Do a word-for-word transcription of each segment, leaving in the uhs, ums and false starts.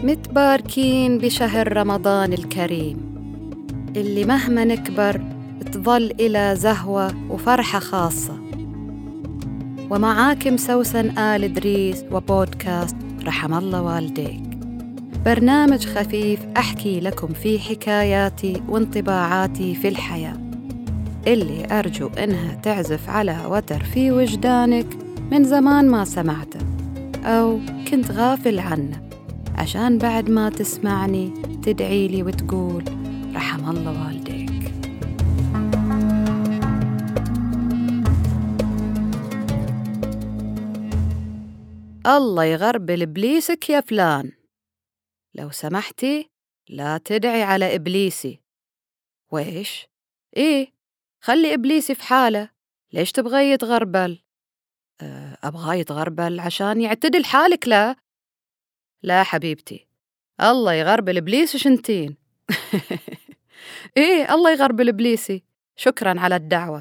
متباركين بشهر رمضان الكريم اللي مهما نكبر تظل إلى زهوة وفرحة خاصة. ومعاكم سوسن آل إدريس وبودكاست رحم الله والديك، برنامج خفيف أحكي لكم فيه حكاياتي وانطباعاتي في الحياة اللي أرجو إنها تعزف على وتر في وجدانك من زمان ما سمعته أو كنت غافل عنه، عشان بعد ما تسمعني تدعي لي وتقول رحم الله والديك. الله يغربل إبليسك يا فلان، لو سمحتي لا تدعي على إبليسي. وإيش؟ إيه، خلي إبليسي في حاله، ليش تبغي يتغربل؟ أه أبغى يتغربل عشان يعتدل حالك. لا لا حبيبتي، الله يغربل إبليس شنتين. إيه، الله يغربل إبليسي، شكراً على الدعوة.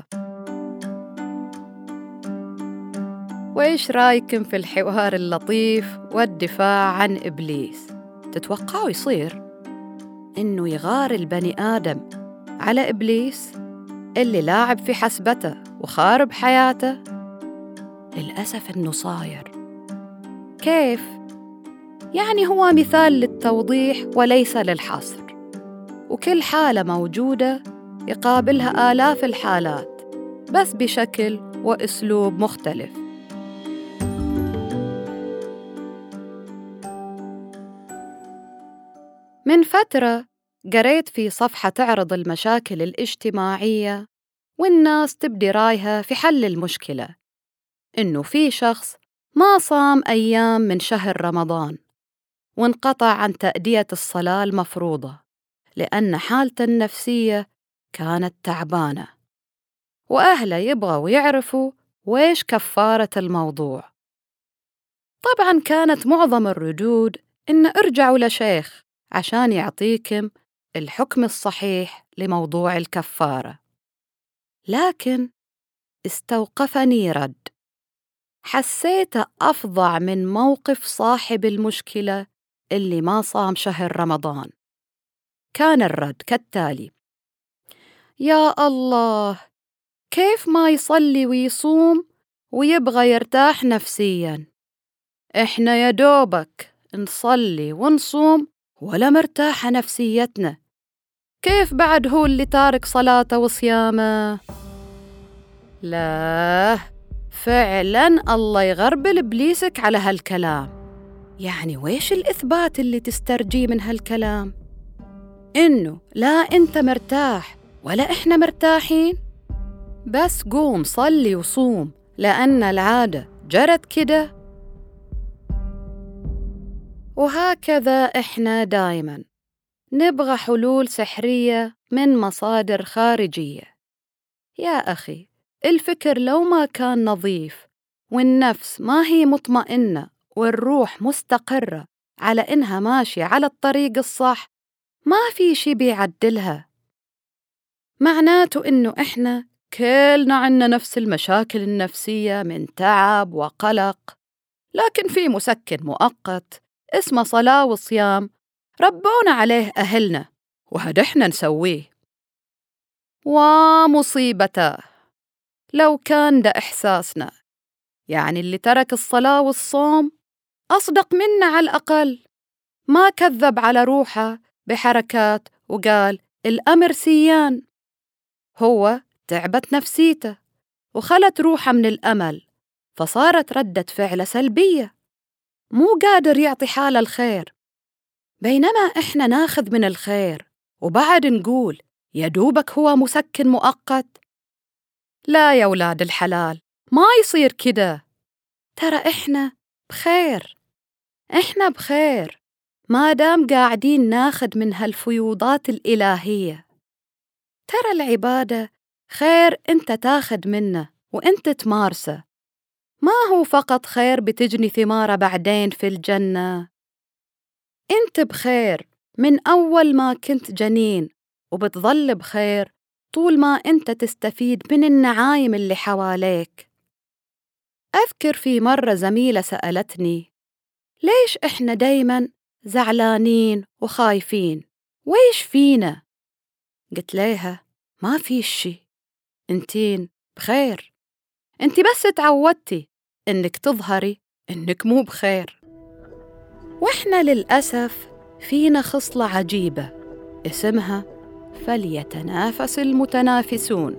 وإيش رأيكم في الحوار اللطيف والدفاع عن إبليس؟ تتوقعوا يصير إنه يغار البني آدم على إبليس اللي لاعب في حسبته وخارب حياته؟ للأسف إنه صاير. كيف؟ يعني هو مثال للتوضيح وليس للحصر، وكل حالة موجودة يقابلها آلاف الحالات بس بشكل وأسلوب مختلف. من فترة قريت في صفحة تعرض المشاكل الاجتماعية والناس تبدي رايها في حل المشكلة، إنه في شخص ما صام أيام من شهر رمضان وانقطع عن تأدية الصلاة المفروضة لأن حالته النفسية كانت تعبانة، وأهله يبغوا يعرفوا ويش كفارة الموضوع. طبعاً كانت معظم الردود إن ارجعوا لشيخ عشان يعطيكم الحكم الصحيح لموضوع الكفارة. لكن استوقفني رد حسيته أفظع من موقف صاحب المشكلة اللي ما صام شهر رمضان. كان الرد كالتالي: يا الله، كيف ما يصلي ويصوم ويبغى يرتاح نفسياً؟ إحنا يا دوبك نصلي ونصوم ولا مرتاحة نفسيتنا، كيف بعد هو اللي تارك صلاته وصيامه؟ لا فعلاً الله يغربل إبليسك على هالكلام. يعني ويش الإثبات اللي تسترجيه من هالكلام؟ إنه لا أنت مرتاح ولا إحنا مرتاحين؟ بس قوم صلي وصوم لأن العادة جرت كده. وهكذا إحنا دايماً نبغى حلول سحرية من مصادر خارجية. يا أخي، الفكر لو ما كان نظيف والنفس ما هي مطمئنة والروح مستقرة على إنها ماشية على الطريق الصح، ما في شي بيعدلها. معناته إنه إحنا كلنا عنا نفس المشاكل النفسية من تعب وقلق، لكن في مسكن مؤقت اسمه صلاة وصيام ربونا عليه أهلنا وهدحنا نسويه. ومصيبته لو كان ده إحساسنا، يعني اللي ترك الصلاة والصوم أصدق منا على الأقل، ما كذب على روحه بحركات وقال الأمر سيان. هو تعبت نفسيته وخلت روحه من الأمل، فصارت ردة فعل سلبية، مو قادر يعطي حاله الخير. بينما إحنا ناخذ من الخير وبعد نقول يا دوبك هو مسكن مؤقت. لا يا ولاد الحلال، ما يصير كده. ترى إحنا بخير، إحنا بخير ما دام قاعدين ناخذ من هالفيوضات الإلهية. ترى العبادة خير أنت تاخذ منه وأنت تمارسه، ما هو فقط خير بتجني ثماره بعدين في الجنة. أنت بخير من أول ما كنت جنين، وبتظل بخير طول ما أنت تستفيد من النعايم اللي حواليك. أذكر في مرة زميلة سألتني: ليش إحنا دايماً زعلانين وخايفين، ويش فينا؟ قلت ليها ما في شي، انتين بخير، انتي بس تعودتي انك تظهري انك مو بخير. واحنا للأسف فينا خصلة عجيبة اسمها فليتنافس المتنافسون.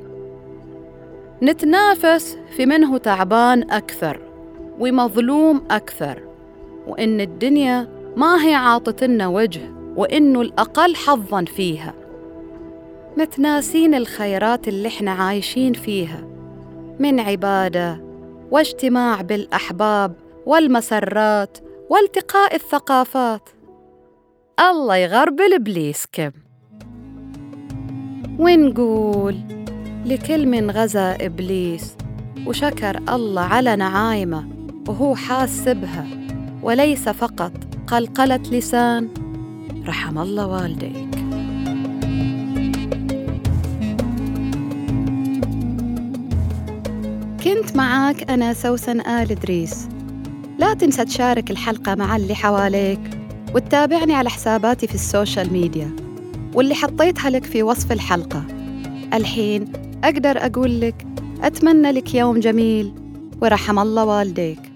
نتنافس في منه تعبان أكثر ومظلوم أكثر، وإن الدنيا ما هي عاطتنا وجه، وإنه الأقل حظاً فيها. متناسين الخيرات اللي احنا عايشين فيها من عبادة واجتماع بالأحباب والمسرات والتقاء الثقافات. الله يغربل إبليس كم. ونقول لكل من غزا إبليس وشكر الله على نعايمه وهو حاس بها وليس فقط قلقلة لسان، رحم الله والديك. كنت معاك أنا سوسن آل إدريس. لا تنسى تشارك الحلقة مع اللي حواليك وتتابعني على حساباتي في السوشيال ميديا واللي حطيتها لك في وصف الحلقة. الحين أقدر أقول لك أتمنى لك يوم جميل ورحم الله والديك.